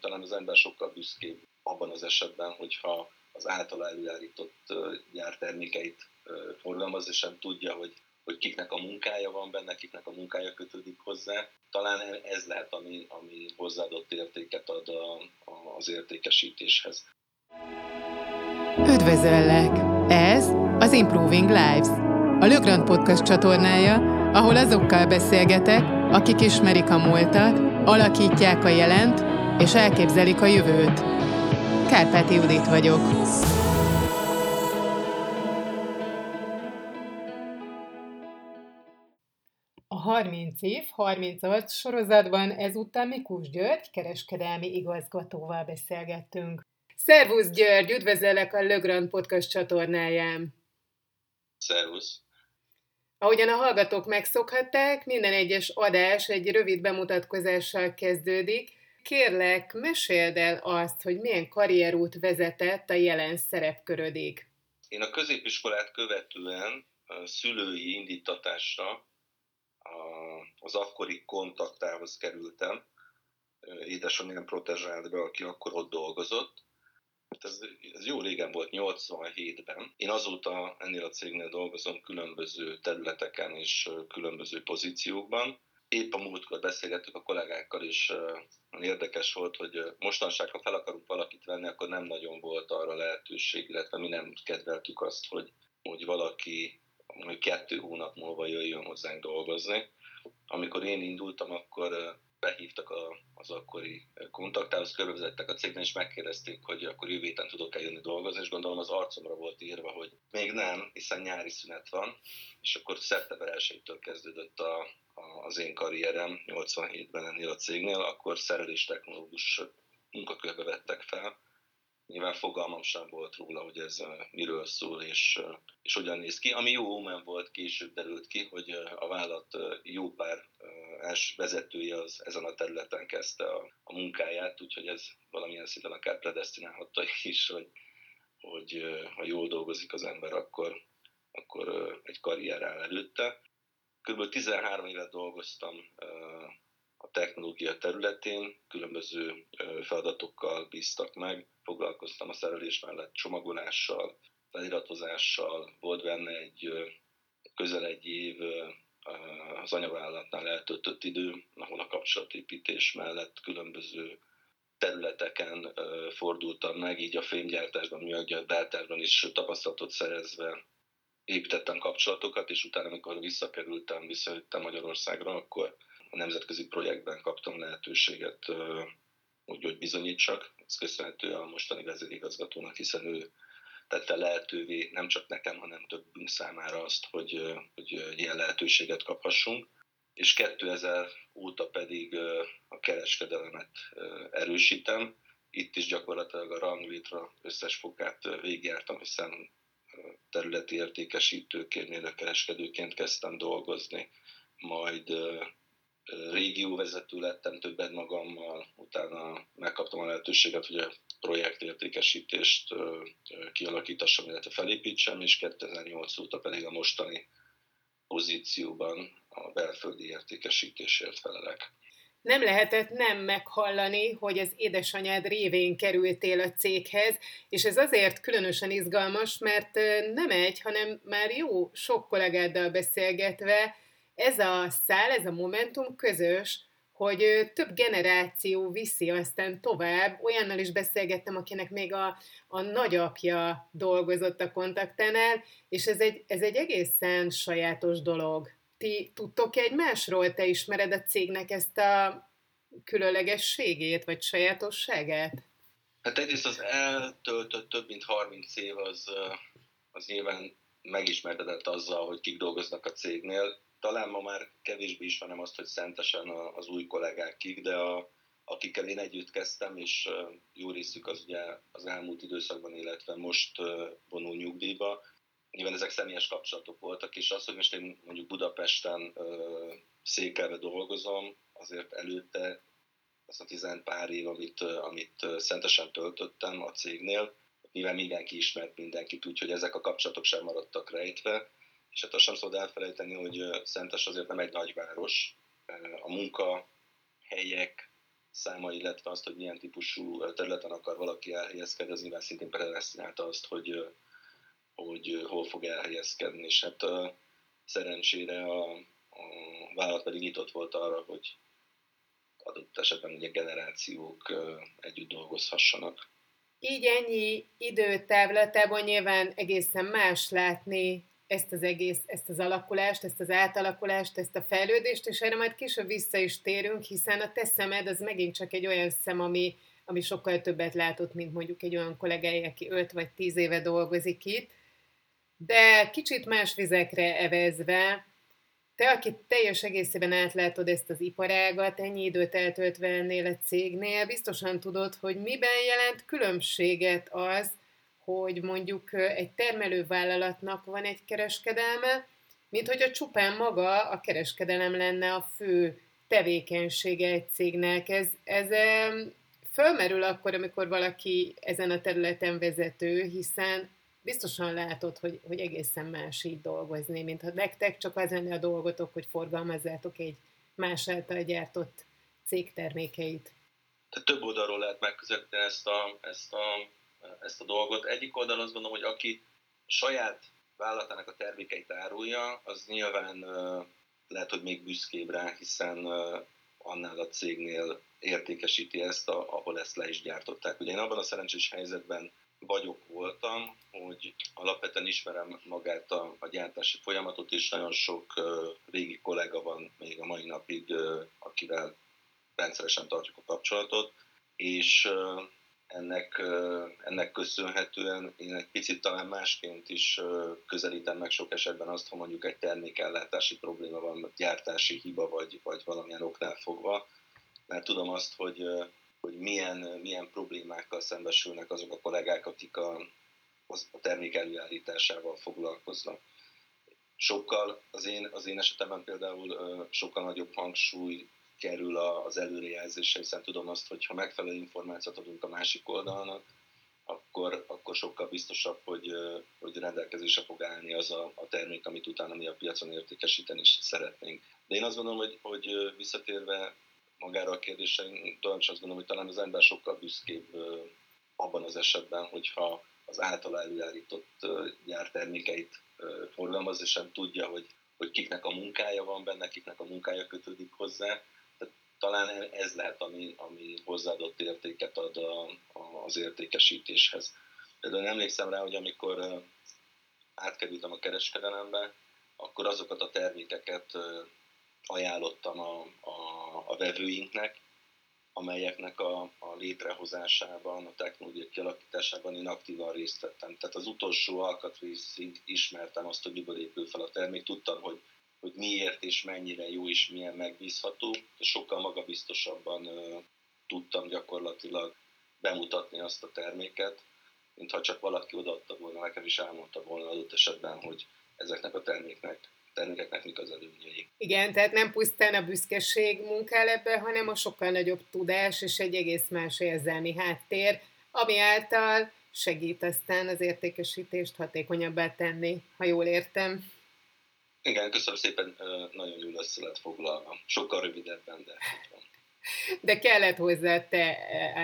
Talán az ember sokkal büszkébb abban az esetben, hogyha az általa előállított gyártermékeit forgalmaz, és sem tudja, hogy kiknek a munkája van benne, kiknek a munkája kötődik hozzá. Talán ez lehet, ami hozzáadott értéket ad az értékesítéshez. Üdvözöllek! Ez az Improving Lives, a Le Grand Podcast csatornája, ahol azokkal beszélgetek, akik ismerik a múltat, alakítják a jelent és elképzelik a jövőt. Kárpáti Judit vagyok. A 30 év, 36 sorozatban ezúttal Mikus György kereskedelmi igazgatóval beszélgettünk. Szervusz György, üdvözöllek a Le Grand Podcast csatornáján. Szervusz! Ahogyan a hallgatók megszokhatták, minden egyes adás egy rövid bemutatkozással kezdődik. Kérlek, meséld el azt, hogy milyen karrierút vezetett a jelen szerepkörödig. Én a középiskolát követően szülői indítatásra az akkori kontaktához kerültem. Édesanyám protezsált be, aki akkor ott dolgozott. Ez jó régen volt, 87-ben. Én azóta ennél a cégnél dolgozom különböző területeken és különböző pozíciókban. Épp a múltkor beszélgettük a kollégákkal, és érdekes volt, hogy mostanság, ha fel akarunk valakit venni, akkor nem nagyon volt arra lehetőség, illetve mi nem kedveltük azt, hogy valaki 2 hónap múlva jöjjön hozzánk dolgozni. Amikor én indultam, akkor behívtak az akkori kontaktához, körbevezettek a cégben, és megkérdezték, hogy akkor jövő héten tudok eljönni dolgozni, és gondolom az arcomra volt írva, hogy még nem, hiszen nyári szünet van, és akkor szeptember 1-től kezdődött az én karrierem 87-ben ennél a cégnél, akkor szereléstechnológus munkakörbe vettek fel. Nyilván fogalmam sem volt róla, hogy ez miről szól és hogyan néz ki. Ami jó omen volt, később derült ki, hogy a vállalat jó pár vezetője az ezen a területen kezdte a munkáját, úgyhogy ez valamilyen szinten akár predesztinálhatta is, hogy ha jól dolgozik az ember, akkor egy karrier áll előtte. Körülbelül 13 évet dolgoztam a technológia területén, különböző feladatokkal bíztak meg, foglalkoztam a szerelés mellett csomagolással, feliratozással, volt benne közel egy év az anyavállalatnál eltöltött idő, ahol a kapcsolatépítés mellett különböző területeken fordultam meg, így a fémgyártásban, műanyaggyártásban is tapasztalatot szerezve építettem kapcsolatokat, és utána, amikor visszajöttem Magyarországra, akkor a nemzetközi projektben kaptam lehetőséget, hogy bizonyítsak. Ez köszönhető a mostani vezérigazgatónak, hiszen ő tette lehetővé nem csak nekem, hanem többünk számára azt, hogy ilyen lehetőséget kaphassunk. És 2000 óta pedig a kereskedelemet erősítem. Itt is gyakorlatilag a ranglétra összes fokát végigjártam, hiszen területi értékesítőként, kereskedőként kezdtem dolgozni, majd régióvezető lettem többet magammal, utána megkaptam a lehetőséget, hogy a projektértékesítést kialakítassam, illetve felépítsem, és 2008 óta pedig a mostani pozícióban a belföldi értékesítésért felelek. Nem lehetett nem meghallani, hogy az édesanyád révén kerültél a céghez, és ez azért különösen izgalmas, mert nem egy, hanem már jó sok kollégáddal beszélgetve ez a szál, ez a momentum közös, hogy több generáció viszi aztán tovább. Olyannal is beszélgettem, akinek még a nagyapja dolgozott a kontaktánál, és ez egy egészen sajátos dolog. Ti tudtok egymásról? Te ismered a cégnek ezt a különlegességét, vagy sajátosságát? Hát egyrészt az eltöltött több mint 30 év az nyilván megismertetett azzal, hogy kik dolgoznak a cégnél. Talán ma már kevésbé ismerem azt, hogy szentesen az új kollégák kik, de akikkel én együtt kezdtem, és jó részük az ugye az elmúlt időszakban, illetve most vonul nyugdíjba. Nyilván ezek személyes kapcsolatok voltak, és az, hogy most én mondjuk Budapesten Székelve dolgozom, azért előtte azt a 10 pár év, amit szentesen töltöttem a cégnél, nyilván mindenki ismert mindenkit, úgyhogy ezek a kapcsolatok sem maradtak rejtve. És hát azt sem szabad elfelejteni, hogy Szentes azért nem egy nagyváros. A munkahelyek száma, illetve azt, hogy milyen típusú területen akar valaki elhelyezkedni, az nyilván szintén predesztinálta azt, hogy hol fog elhelyezkedni, és hát szerencsére a vállalat pedig nyitott volt arra, hogy adott esetben ugye generációk együtt dolgozhassanak. Így ennyi időtávlatában nyilván egészen más látni ezt az alakulást, ezt az átalakulást, ezt a fejlődést, és erre majd később vissza is térünk, hiszen a te szemed az megint csak egy olyan szem, ami sokkal többet látott, mint mondjuk egy olyan kollégája, aki 5 vagy 10 éve dolgozik itt. De kicsit más vizekre evezve, te, aki teljes egészében átlátod ezt az iparágat, ennyi időt eltöltve ennél a cégnél, biztosan tudod, hogy miben jelent különbséget az, hogy mondjuk egy termelővállalatnak van egy kereskedelme, mint hogy a csupán maga a kereskedelem lenne a fő tevékenysége egy cégnek. Ez fölmerül akkor, amikor valaki ezen a területen vezető, hiszen biztosan látod, hogy egészen más így dolgozni, mint ha nektek csak az lenne a dolgotok, hogy forgalmazzátok egy más által gyártott cég termékeit. Tehát több oldalról lehet megközelíteni ezt a dolgot. Egyik oldalon azt gondolom, hogy aki saját vállalatának a termékeit árulja, az nyilván lehet, hogy még büszkébb rá, hiszen annál a cégnél értékesíti ezt, ahol ezt le is gyártották. Ugye én abban a szerencsés helyzetben voltam, hogy alapvetően ismerem magát a gyártási folyamatot, és nagyon sok régi kollega van még a mai napig, akivel rendszeresen tartjuk a kapcsolatot, és ennek köszönhetően én egy picit talán másként is közelítem meg sok esetben azt, ha mondjuk egy termékellátási probléma van, gyártási hiba vagy valamilyen oknál fogva, mert tudom azt, hogy milyen problémákkal szembesülnek azok a kollégák, akik a termék előállításával foglalkoznak. Sokkal, az én esetemben például sokkal nagyobb hangsúly kerül az előrejelzésre, hiszen tudom azt, hogy ha megfelelő információt adunk a másik oldalnak, akkor sokkal biztosabb, hogy rendelkezésre fog állni az a termék, amit utána mi a piacon értékesíteni is szeretnénk. De én azt gondolom, hogy visszatérve magára a kérdésre, én azt gondolom, hogy talán az ember sokkal büszkébb abban az esetben, hogyha az általa előállított gyártermékeit forgalmaz, és sem tudja, hogy kiknek a munkája van benne, kiknek a munkája kötődik hozzá. Tehát talán ez lehet, ami hozzáadott értéket ad az értékesítéshez. Például emlékszem rá, hogy amikor átkerültem a kereskedelembe, akkor azokat a termékeket ajánlottam a vevőinknek, amelyeknek a létrehozásában, a technológia kialakításában én aktívan részt vettem. Tehát az utolsó alkatrészig ismertem azt, hogy miből épül fel a termék, tudtam, hogy miért és mennyire jó és milyen megbízható, és sokkal magabiztosabban tudtam gyakorlatilag bemutatni azt a terméket, mintha csak valaki odaadta volna nekem, és elmondta volna adott esetben, hogy ezeknek a termékeknek mik az előnyei. Igen, tehát nem pusztán a büszkeség munkál ebbe, hanem a sokkal nagyobb tudás és egy egész más érzelmi háttér, ami által segít aztán az értékesítést hatékonyabbá tenni, ha jól értem. Igen, köszönöm szépen, nagyon jól össze lett foglalva. Sokkal rövidebben, de van. De kellett hozzá te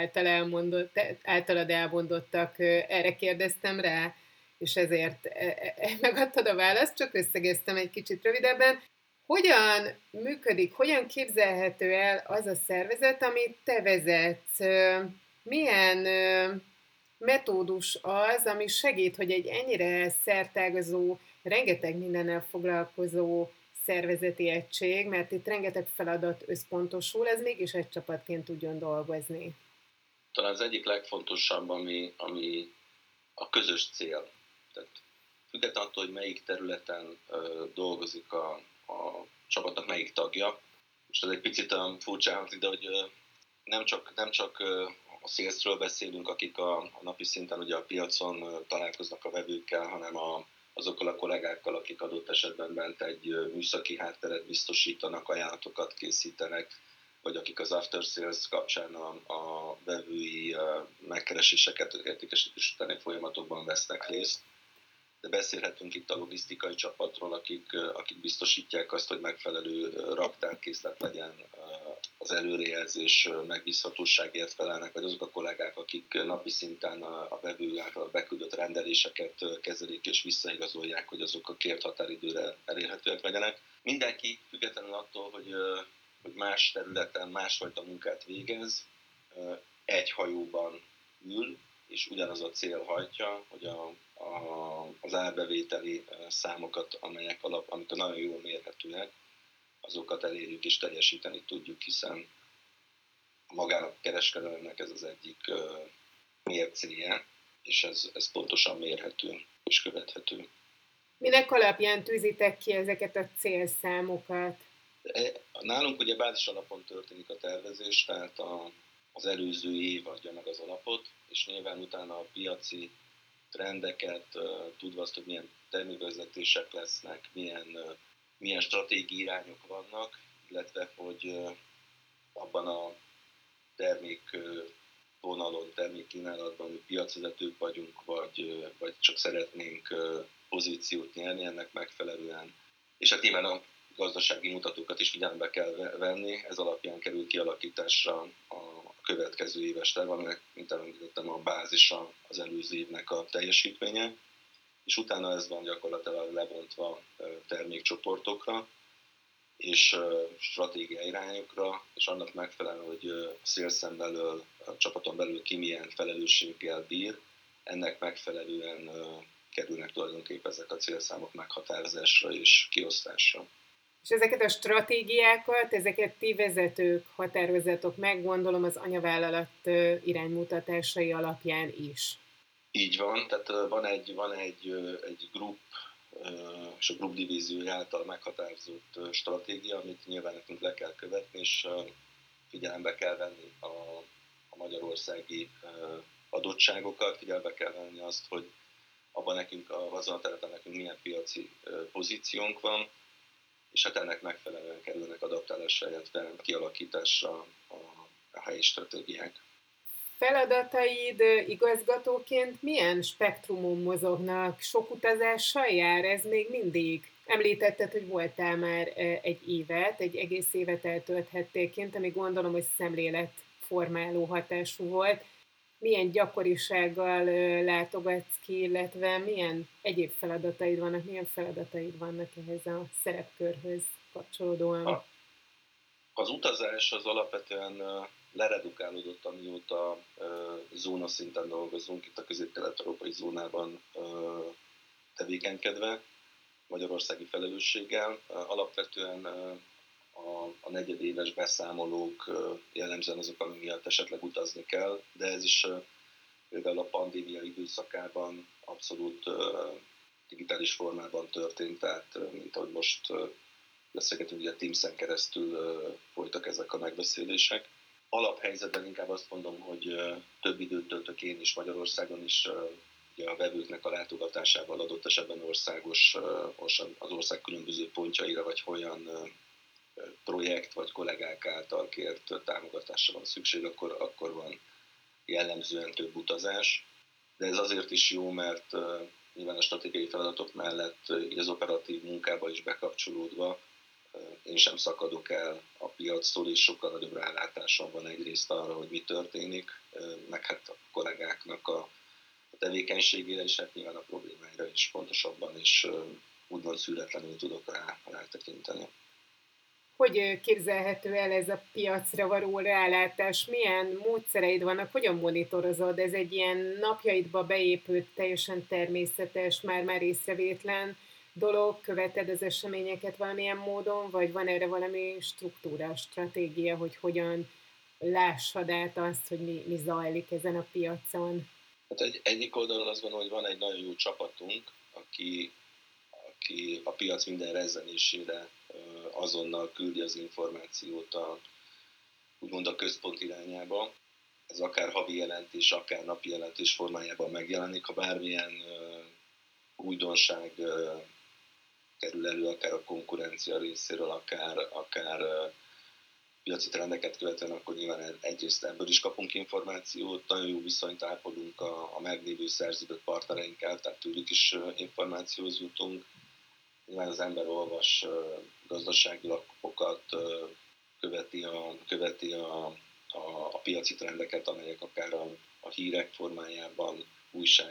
általad elmondottak, erre kérdeztem rá, és ezért megadtad a választ, csak összegeztem egy kicsit rövidebben. Hogyan működik, hogyan képzelhető el az a szervezet, amit te vezetsz? Milyen metódus az, ami segít, hogy egy ennyire szertágazó, rengeteg mindennel foglalkozó szervezeti egység, mert itt rengeteg feladat összpontosul, ez mégis egy csapatként tudjon dolgozni. Talán az egyik legfontosabb, ami a közös cél. Tehát függetlenül attól, hogy melyik területen dolgozik a csapatnak melyik tagja. Most ez egy picit furcsa hangzik, de hogy nem csak a salesről beszélünk, akik a napi szinten ugye a piacon találkoznak a vevőkkel, hanem azokkal a kollégákkal, akik adott esetben bent egy műszaki hátteret biztosítanak, ajánlatokat készítenek, vagy akik az after sales kapcsán a vevői megkereséseket, értékesítés utáni folyamatokban vesznek részt. De beszélhetünk itt a logisztikai csapatról, akik biztosítják azt, hogy megfelelő raktárkészlet legyen az előrejelzés megbízhatóságért felelnek, vagy azok a kollégák, akik napi szinten a vevő által beküldött rendeléseket kezelik és visszaigazolják, hogy azok a kért határidőre elérhetőek legyenek. Mindenki függetlenül attól, hogy más területen másfajta munkát végez, egy hajóban ül, és ugyanaz a cél hajtja, hogy az árbevételi számokat, amik nagyon jól mérhetőek, azokat elérjük és teljesíteni tudjuk, hiszen magának a kereskedelemnek ez az egyik mércéje, és ez pontosan mérhető és követhető. Minek alapján tűzitek ki ezeket a célszámokat? Nálunk ugye bázis alapon történik a tervezés, tehát az előző év adja meg az alapot, és nyilván utána a piaci trendeket, tudva azt, hogy milyen termékvezetések lesznek, milyen stratégiai irányok vannak, illetve hogy abban a termékvonalon, termékkínálatban, hogy piacvezetők vagyunk, vagy csak szeretnénk pozíciót nyerni ennek megfelelően. És hát nyilván a gazdasági mutatókat is figyelembe kell venni, ez alapján kerül kialakításra a következő éves terv, aminek, mint említettem, a bázisa az előző évnek a teljesítménye, és utána ez van gyakorlatilag lebontva termékcsoportokra, és stratégiai irányokra, és annak megfelelően, hogy a szélszem belül, a csapaton belül ki milyen felelősséggel bír, ennek megfelelően kerülnek tulajdonképpen ezek a célszámok meghatározásra és kiosztásra. És ezeket a stratégiákat, ezeket ti vezetők határozatok meg, gondolom az anyavállalat iránymutatásai alapján is. Így van, tehát van egy grup, és a grup divízió által meghatározott stratégia, amit nyilván nekünk le kell követni, és figyelembe kell venni a magyarországi adottságokat, figyelembe kell venni azt, hogy abban nekünk, azon a területen nekünk milyen piaci pozíciónk van, és hát ennek megfelelően kerülnek adaptálásra, illetve kialakításra a helyi stratégiák. Feladataid igazgatóként milyen spektrumon mozognak? Sok utazással jár ez még mindig? Említetted, hogy voltál már egy évet, egy egész évet eltölthettél kint, ami gondolom, hogy szemléletformáló hatású volt. Milyen gyakorisággal látogatsz ki, illetve milyen egyéb feladataid vannak, milyen feladataid vannak ehhez a szerepkörhöz kapcsolódóan? Az utazás az alapvetően leredukálódott, amióta zónaszinten dolgozunk, itt a közép-kelet-európai zónában tevékenykedve, magyarországi felelősséggel. Alapvetően a negyedéves beszámolók jellemzően azok, ami miatt esetleg utazni kell, de ez is például a pandémia időszakában abszolút digitális formában történt, tehát mint ahogy most beszélgetünk, ugye a Teams-en keresztül folytak ezek a megbeszélések. Alaphelyzetben inkább azt mondom, hogy több időt töltök én is Magyarországon is, ugye a vevőknek a látogatásával adott esetben az ország különböző pontjaira, vagy olyan projekt vagy kollégák által kért támogatásra van szükség, akkor van jellemzően több utazás. De ez azért is jó, mert nyilván a stratégiai feladatok mellett így az operatív munkába is bekapcsolódva én sem szakadok el a piactól, és sokkal nagyobb rálátásom van egyrészt arra, hogy mi történik, meg hát a kollégáknak a tevékenységére, és hát nyilván a problémáira is pontosabban, és úgymond születlenül tudok rátekinteni. Hogy képzelhető el ez a piacra való rálátás? Milyen módszereid vannak? Hogyan monitorozod? Ez egy ilyen napjaidba beépült, teljesen természetes, már észrevétlen dolog? Követed az eseményeket valamilyen módon? Vagy van erre valami struktúra, stratégia, hogy hogyan lássad át azt, hogy mi zajlik ezen a piacon? Hát egyik oldalon azt gondolom, hogy van egy nagyon jó csapatunk, aki a piac minden rezzenésére azonnal küldi az információt úgymond a központ irányába. Ez akár havi jelentés, akár napi jelentés formájában megjelenik, ha bármilyen újdonság kerül elő, akár a konkurencia részéről, akár piaci trendeket követően, akkor nyilván egyrészt ebből is kapunk információt, nagyon jó viszonyt ápolunk a meglévő szerződött partnereinkkel, tehát tőlük is információhoz jutunk. Nyilván az ember olvas gazdasági lapokat, követi a piaci trendeket, amelyek akár a hírek formájában, újság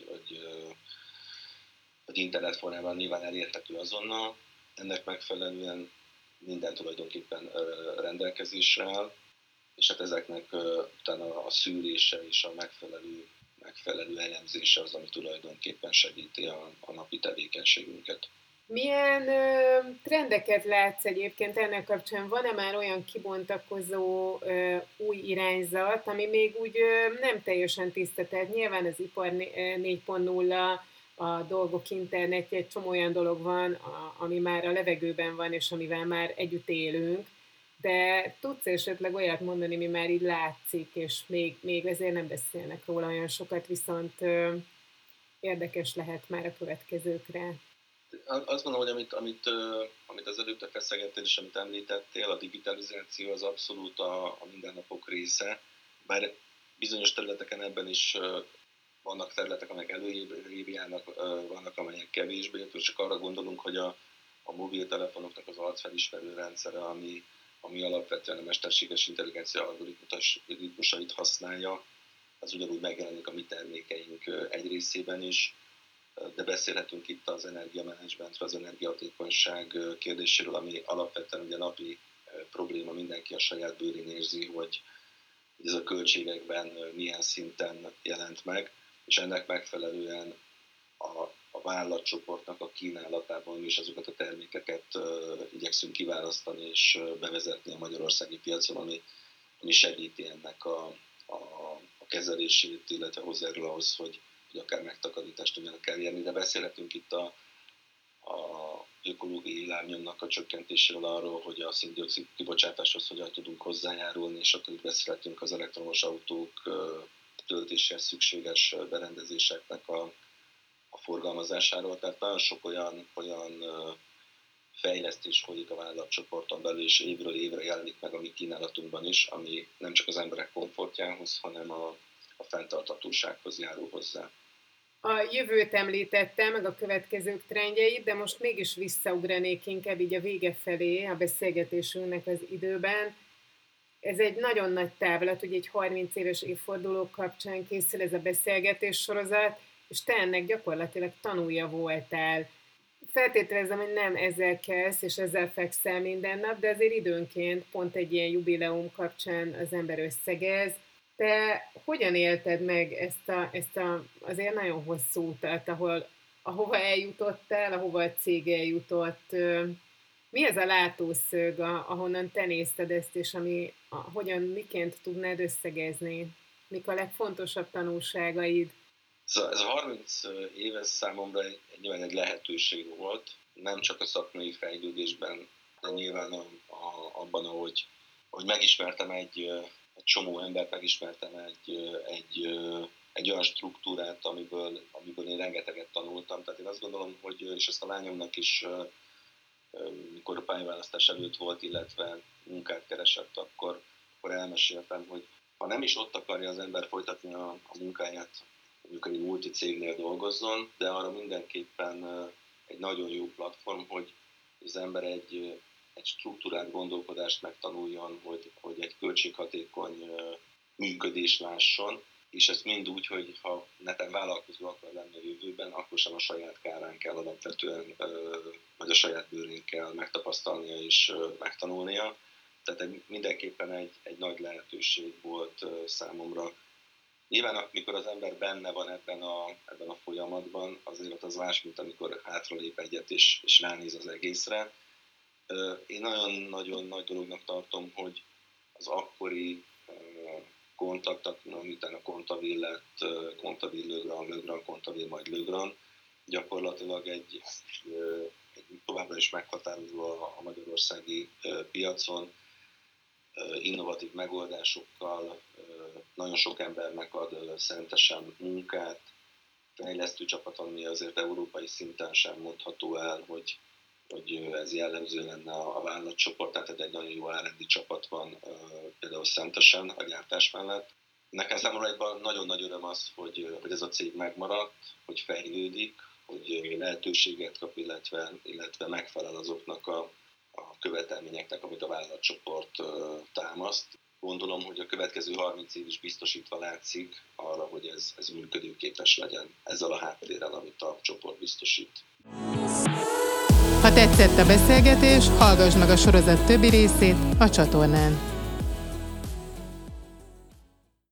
vagy internet formában nyilván elérhető azonnal. Ennek megfelelően minden tulajdonképpen rendelkezésre áll, és hát ezeknek utána a szűrése és a megfelelő elemzése az, ami tulajdonképpen segíti a napi tevékenységünket. Milyen trendeket látsz egyébként ennek kapcsán? Van-e már olyan kibontakozó új irányzat, ami még úgy nem teljesen tiszta? Tehát nyilván az ipar 4.0, a dolgok internetje, egy csomó olyan dolog van, ami már a levegőben van, és amivel már együtt élünk, de tudsz esetleg olyat mondani, mi már így látszik, és még ezért nem beszélnek róla olyan sokat, viszont érdekes lehet már a következőkre. Azt gondolom, hogy amit az előbb te feszegettél és amit említettél, a digitalizáció az abszolút a mindennapok része, bár bizonyos területeken ebben is vannak területek, amelyek előrébb járnak, vannak, amelyek kevésbé, csak arra gondolunk, hogy a mobiltelefonoknak az arcfelismerő rendszere, ami alapvetően a mesterséges intelligencia algoritmusait használja, az ugyanúgy megjelenik a mi termékeink egy részében is, de beszélhetünk itt az energiamenedzsmentről, az energiahatékonyság kérdéséről, ami alapvetően ugye napi probléma, mindenki a saját bőrén érzi, hogy ez a költségekben milyen szinten jelent meg, és ennek megfelelően a vállalatcsoportnak a kínálatában is azokat a termékeket igyekszünk kiválasztani és bevezetni a magyarországi piacon, ami segíti ennek a kezelését, illetve hozzájárul ahhoz, hogy akár megtakarítást tudjanak elérni, de beszélhetünk itt a ökológiai lábnyomnak a csökkentéséről, arról, hogy a szén-dioxid kibocsátáshoz hogyan tudunk hozzájárulni, és akkor itt beszélhetünk az elektromos autók töltéshez szükséges berendezéseknek a forgalmazásáról. Tehát nagyon sok olyan fejlesztés folyik a vállalatcsoporton belül, és évről évre jelenik meg a mi kínálatunkban is, ami nem csak az emberek komfortjához, hanem a fenntarthatósághoz járul hozzá. A jövőt említettem, meg a következők trendjeit, de most mégis visszaugranék inkább így a vége felé a beszélgetésünknek az időben. Ez egy nagyon nagy távlat, ugye egy 30 éves évforduló kapcsán készül ez a beszélgetés sorozat, és te ennek gyakorlatilag tanulja voltál. Feltételezem, hogy nem ezzel kezdsz, és ezzel fekszel minden nap, de azért időnként pont egy ilyen jubileum kapcsán az ember összegez. Te hogyan élted meg ezt a azért nagyon hosszú utat, ahova eljutottál, ahova a cég eljutott? Mi ez a látószög, ahonnan te nézted ezt, és miként tudnád összegezni? Mik a legfontosabb tanulságaid? Ez a 30 éves számomra nyilván egy lehetőség volt, nem csak a szakmai fejlődésben, de nyilván abban, hogy megismertem egy csomó embert, megismertem egy olyan struktúrát, amiből én rengeteget tanultam. Tehát én azt gondolom, hogy, és ezt a lányomnak is, mikor a pályaválasztás előtt volt, illetve munkát keresett, akkor elmeséltem, hogy ha nem is ott akarja az ember folytatni a munkáját, mondjuk egy multicégnél dolgozzon, de arra mindenképpen egy nagyon jó platform, hogy az ember egy struktúrált gondolkodást megtanuljon, hogy egy költséghatékony működést lásson, és ezt mind úgy, hogy ha neten vállalkozó akar lenni a jövőben, akkor sem a saját kárán kell alapvetően, vagy a saját bőrén kell megtapasztalnia és megtanulnia. Tehát mindenképpen egy nagy lehetőség volt számomra. Nyilván, amikor az ember benne van ebben a folyamatban, azért az más, mint amikor hátralép egyet és ránéz az egészre. Én nagyon-nagyon nagy dolognak tartom, hogy az akkori kontaktat, utána Contabil lett, Contabil Le Grand, Contabil majd Le Grand, gyakorlatilag egy továbbra is meghatározó a magyarországi piacon, innovatív megoldásokkal, nagyon sok embernek ad szentesen munkát, fejlesztő csapat, ami azért európai szinten sem mondható el, hogy ez jellemző lenne a vállalatcsoport, tehát egy nagyon jó R&D csapat van például Szentesen a gyártás mellett. Nekem számomra nagyon nagy öröm az, hogy ez a cég megmaradt, hogy fejlődik, hogy lehetőséget kap, illetve megfelel azoknak a követelményeknek, amit a vállalatcsoport támaszt. Gondolom, hogy a következő 30 év is biztosítva látszik arra, hogy ez működőképes legyen ezzel a háttérrel, amit a csoport biztosít. Ha tetszett a beszélgetés, hallgass meg a sorozat többi részét a csatornán.